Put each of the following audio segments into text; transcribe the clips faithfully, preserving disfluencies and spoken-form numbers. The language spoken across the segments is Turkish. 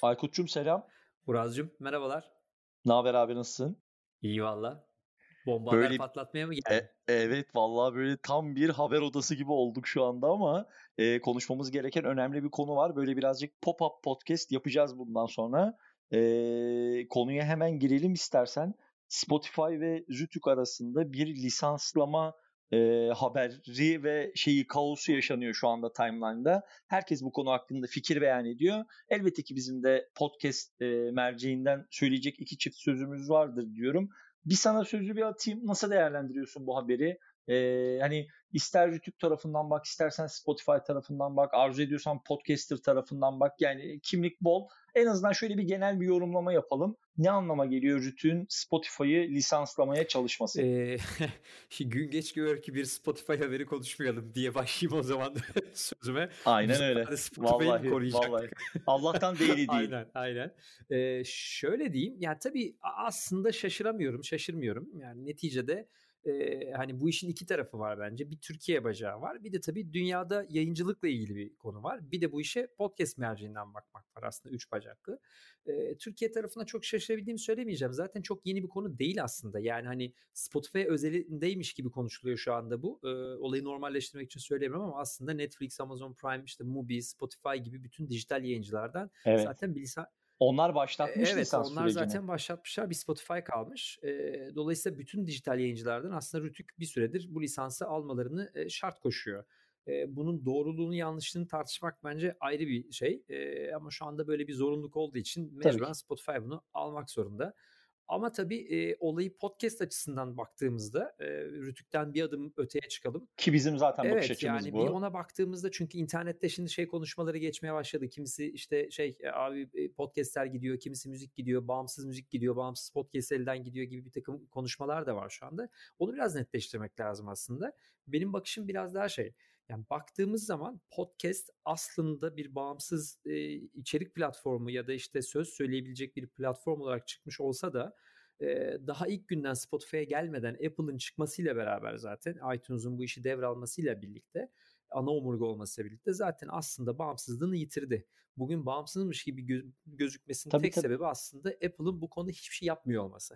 Aykut'cum selam. Uraz'cığım merhabalar. Ne haber abi, nasılsın? İyi valla. Bomba haber Böyle patlatmaya mı e, geldin? evet vallahi böyle tam bir haber odası gibi olduk şu anda ama e, konuşmamız gereken önemli bir konu var. Böyle birazcık pop-up podcast yapacağız bundan sonra. E, konuya hemen girelim istersen. Spotify ve Rütük arasında bir lisanslama e, haberi ve şeyi kaosu yaşanıyor şu anda timeline'da. Herkes bu konu hakkında fikir beyan ediyor. Elbette ki bizim de podcast e, merceğinden söyleyecek iki çift sözümüz vardır diyorum. Bir sana sözü bir atayım. Nasıl değerlendiriyorsun bu haberi? Ee, hani ister YouTube tarafından bak, istersen Spotify tarafından bak, arzu ediyorsan Podcaster tarafından bak. Yani kimlik bol. En azından şöyle bir genel bir yorumlama yapalım. Ne anlama geliyor RTÜK'ün Spotify'ı lisanslamaya çalışması? Ee, gün geç gör ki bir Spotify haberi konuşmayalım diye başlayayım o zaman sözüme. Bu Aynen sefer öyle. de Spotify'ı mı Vallahi, vallahi. koruyacaktık? Allah'tan değili değil. Aynen, aynen. Ee, şöyle diyeyim, yani tabii aslında şaşıramıyorum, şaşırmıyorum. Yani neticede e, hani bu işin iki tarafı var bence. Bir Türkiye bacağı var, bir de tabii dünyada yayıncılıkla ilgili bir konu var. Bir de bu işe podcast merceğinden bakmak var, aslında üç bacaklı. Ee, Türkiye tarafına çok şaşırabildiğimi söylemeyeceğim. Zaten çok yeni bir konu değil aslında. Yani hani Spotify özelindeymiş gibi konuşuluyor şu anda bu. Ee, olayı normalleştirmek için söylemiyorum ama aslında Netflix, Amazon Prime, işte Mubi, Spotify gibi bütün dijital yayıncılardan Evet. zaten bilgisayar... Onlar başlatmış Evet, lisans onlar sürecini. zaten başlatmışlar. Bir Spotify kalmış. Ee, dolayısıyla bütün dijital yayıncılardan aslında RTÜK bir süredir bu lisansı almalarını e, şart koşuyor. E, bunun doğruluğunu yanlışlığını tartışmak bence ayrı bir şey. E, ama şu anda böyle bir zorunluluk olduğu için Tabii mecburen ki. Spotify bunu almak zorunda. Ama tabii e, olayı podcast açısından baktığımızda e, RTÜK'ten bir adım öteye çıkalım. Ki bizim zaten bakış Evet, açımız yani bir bu. ona baktığımızda, çünkü internette şimdi şey konuşmaları geçmeye başladı. Kimisi işte şey e, abi e, podcastler gidiyor, kimisi müzik gidiyor, bağımsız müzik gidiyor, bağımsız podcast elden gidiyor gibi bir takım konuşmalar da var şu anda. Onu biraz netleştirmek lazım aslında. Benim bakışım biraz daha şey. Yani baktığımız zaman podcast aslında bir bağımsız e, içerik platformu ya da işte söz söyleyebilecek bir platform olarak çıkmış olsa da daha ilk günden Spotify'a gelmeden Apple'ın çıkmasıyla beraber, zaten iTunes'un bu işi devralmasıyla birlikte, ana omurga olmasıyla birlikte zaten aslında bağımsızlığını yitirdi. Bugün bağımsızmış gibi gö- gözükmesinin Tabii tek tabii. sebebi aslında Apple'ın bu konuda hiçbir şey yapmıyor olması.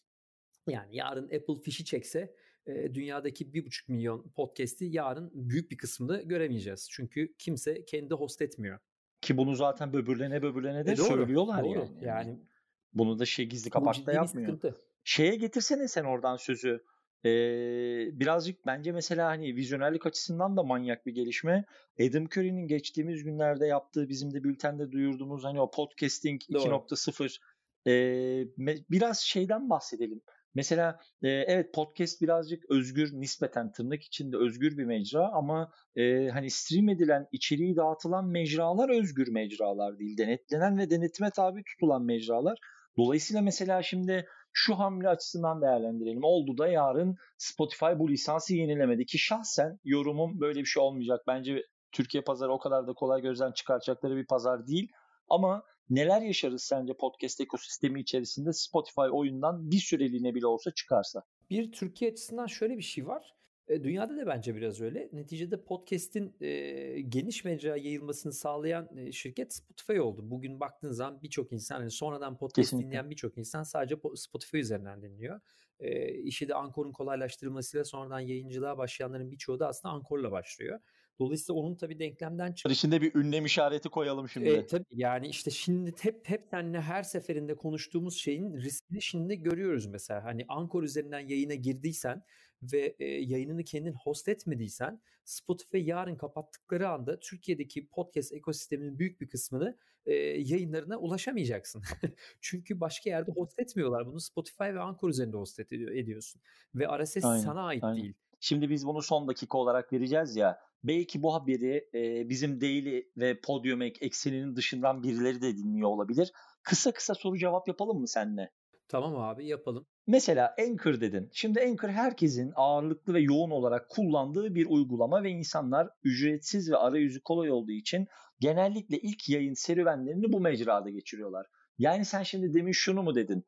Yani yarın Apple fişi çekse e, dünyadaki bir buçuk milyon podcast'i yarın büyük bir kısmını göremeyeceğiz. Çünkü kimse kendi host etmiyor. Ki bunu zaten böbürlene böbürlene de E doğru, söylüyorlar doğru. yani. Yani Yani bunu da şey gizli bu kapakta ciddi bir yapmıyor. sıkıntı. Şeye getirsene sen oradan sözü. Ee, birazcık bence mesela hani vizyonerlik açısından da manyak bir gelişme. Adam Curry'nin geçtiğimiz günlerde yaptığı, bizim de bültende duyurduğumuz hani o podcasting Doğru. iki nokta sıfır, ee, me- biraz şeyden bahsedelim. Mesela e, evet, podcast birazcık özgür, nispeten tırnak içinde özgür bir mecra ama e, hani stream edilen, içeriği dağıtılan mecralar özgür mecralar değil. Denetlenen ve denetime tabi tutulan mecralar. Dolayısıyla mesela şimdi şu hamle açısından değerlendirelim. Oldu da yarın Spotify bu lisansı yenilemedi, ki şahsen yorumum böyle bir şey olmayacak. Bence Türkiye pazarı o kadar da kolay gözden çıkaracakları bir pazar değil. Ama neler yaşarız sence podcast ekosistemi içerisinde Spotify oyundan bir süreliğine bile olsa çıkarsa? Bir Türkiye açısından şöyle bir şey var. E, dünyada da bence biraz öyle. Neticede podcast'in e, geniş mecra yayılmasını sağlayan e, şirket Spotify oldu. Bugün baktığın zaman birçok insan, yani sonradan podcast Kesinlikle. dinleyen birçok insan sadece Spotify üzerinden dinliyor. E, işi de Anchor'un kolaylaştırılmasıyla sonradan yayıncılığa başlayanların birçoğu da aslında Anchor'la başlıyor. Dolayısıyla onun tabii denklemden çık İçinde bir ünlem işareti koyalım e, şimdi. tabii yani işte şimdi hep hep seninle her seferinde konuştuğumuz şeyin riskini şimdi görüyoruz mesela. Hani Anchor üzerinden yayına girdiysen ve e, yayınını kendin host etmediysen, Spotify yarın kapattıkları anda Türkiye'deki podcast ekosisteminin büyük bir kısmını e, yayınlarına ulaşamayacaksın. Çünkü başka yerde host etmiyorlar. Bunu Spotify ve Anchor üzerinde host ediyor, ediyorsun. Ve R S S Aynen, sana ait aynen. değil. Şimdi biz bunu son dakika olarak vereceğiz ya. Belki bu haberi e, bizim Daily ve Podium ek- ekseninin dışından birileri de dinliyor olabilir. Kısa kısa soru cevap yapalım mı seninle? Tamam abi, yapalım. Mesela Anchor dedin. Şimdi Anchor herkesin ağırlıklı ve yoğun olarak kullandığı bir uygulama ve insanlar ücretsiz ve arayüzü kolay olduğu için genellikle ilk yayın serüvenlerini bu mecrada geçiriyorlar. Yani sen şimdi demin şunu mu dedin?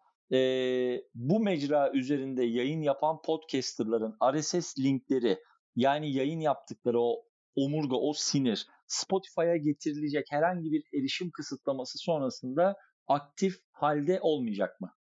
Ee, bu mecra üzerinde yayın yapan podcasterların R S S linkleri, yani yayın yaptıkları o omurga, o sinir Spotify'a getirilecek herhangi bir erişim kısıtlaması sonrasında aktif halde olmayacak mı?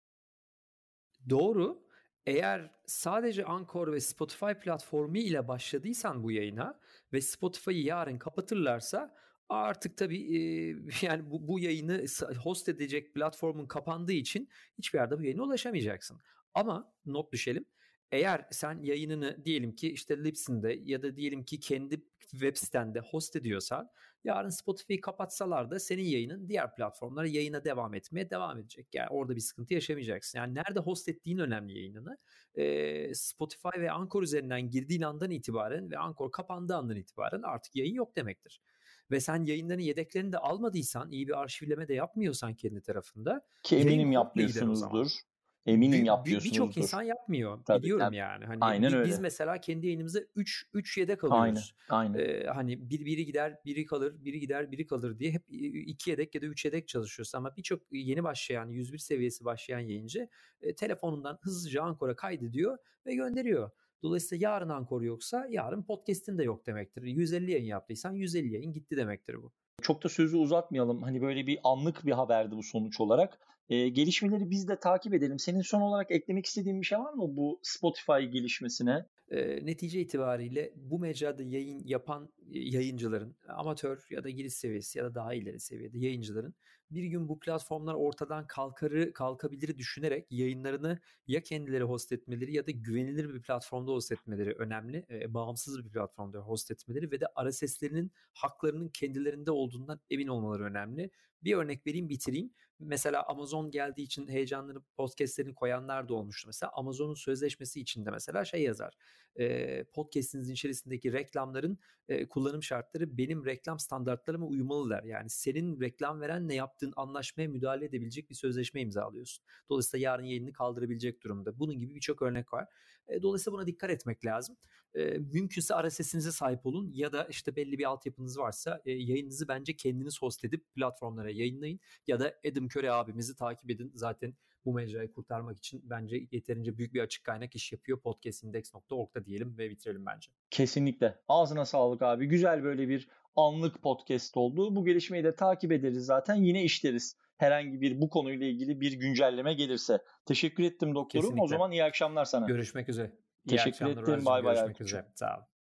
Doğru. Eğer sadece Anchor ve Spotify platformu ile başladıysan bu yayına ve Spotify'ı yarın kapatırlarsa artık tabii e, yani bu, bu yayını host edecek platformun kapandığı için hiçbir yerde bu yayına ulaşamayacaksın. Ama not düşelim. Eğer sen yayınını diyelim ki işte Libsyn'de ya da diyelim ki kendi web sitende host ediyorsan, yarın Spotify'ı kapatsalar da senin yayının diğer platformlara yayına devam etmeye devam edecek. Yani orada bir sıkıntı yaşamayacaksın. Yani nerede host ettiğin önemli yayınını. Ee, Spotify ve Anchor üzerinden girdiğin andan itibaren ve Anchor kapandığı andan itibaren artık yayın yok demektir. Ve sen yayınların yedeklerini de almadıysan, iyi bir arşivleme de yapmıyorsan kendi tarafında, Ki yayın eminim komple gider o zaman. yapmıyorsunuzdur. Eminim Bir- bir- Birçok yapıyorsunuzdur. insan yapmıyor. Tabii, Biliyorum tabii. yani. Hani Aynen bi- öyle. biz mesela kendi yayınımızda üç üç yedek Aynen, alıyoruz. aynen. Ee, hani bir biri gider, biri kalır, biri gider, biri kalır diye hep iki yedek ya da üç yedek çalışıyoruz. Ama birçok yeni başlayan, yüz bir seviyesi başlayan yayıncı e, telefonundan hızlıca Ankor'a kaydediyor ve gönderiyor. Dolayısıyla yarın Ankor yoksa yarın podcast'in de yok demektir. yüz elli yayın yaptıysan yüz elli yayın gitti demektir bu. Çok da sözü uzatmayalım. Hani böyle bir anlık bir haberdi bu sonuç olarak. Ee, gelişmeleri biz de takip edelim. Senin son olarak eklemek istediğin bir şey var mı bu Spotify gelişmesine? E, netice itibariyle bu mecrada yayın yapan yayıncıların, amatör ya da giriş seviyesi ya da daha ileri seviyede yayıncıların bir gün bu platformlar ortadan kalkarı kalkabilir düşünerek yayınlarını ya kendileri host etmeleri ya da güvenilir bir platformda host etmeleri önemli. E, bağımsız bir platformda host etmeleri ve de R S S'lerinin haklarının kendilerinde olduğundan emin olmaları önemli. Bir örnek vereyim, bitireyim. Mesela Amazon geldiği için heyecanlanıp podcastlerini koyanlar da olmuştu. Mesela Amazon'un sözleşmesi içinde mesela şey yazar. E, podcast'inizin içerisindeki reklamların e, kullanım şartları benim reklam standartlarıma uymalılar. Yani senin reklam verenle yaptığın anlaşmaya müdahale edebilecek bir sözleşme imzalıyorsun. Dolayısıyla yarın yayını kaldırabilecek durumda. Bunun gibi birçok örnek var. E, dolayısıyla buna dikkat etmek lazım. E, mümkünse R S S'inize sahip olun ya da işte belli bir altyapınız varsa e, yayınınızı bence kendiniz host edip platformlara yayınlayın ya da Adam Curry abimizi takip edin. Zaten bu mecrayı kurtarmak için bence yeterince büyük bir açık kaynak iş yapıyor. podcastindex nokta org'da diyelim ve bitirelim bence. Kesinlikle. Ağzına sağlık abi. Güzel böyle bir anlık podcast oldu. Bu gelişmeyi de takip ederiz zaten. Yine işleriz. Herhangi bir bu konuyla ilgili bir güncelleme gelirse. Teşekkür ettim doktorum. Kesinlikle. O zaman iyi akşamlar sana. Görüşmek üzere. İyi Teşekkür akşamlar ettim. Uraz'cığım. Bay bay Görüşmek Aykut'cum. üzere. Sağ ol.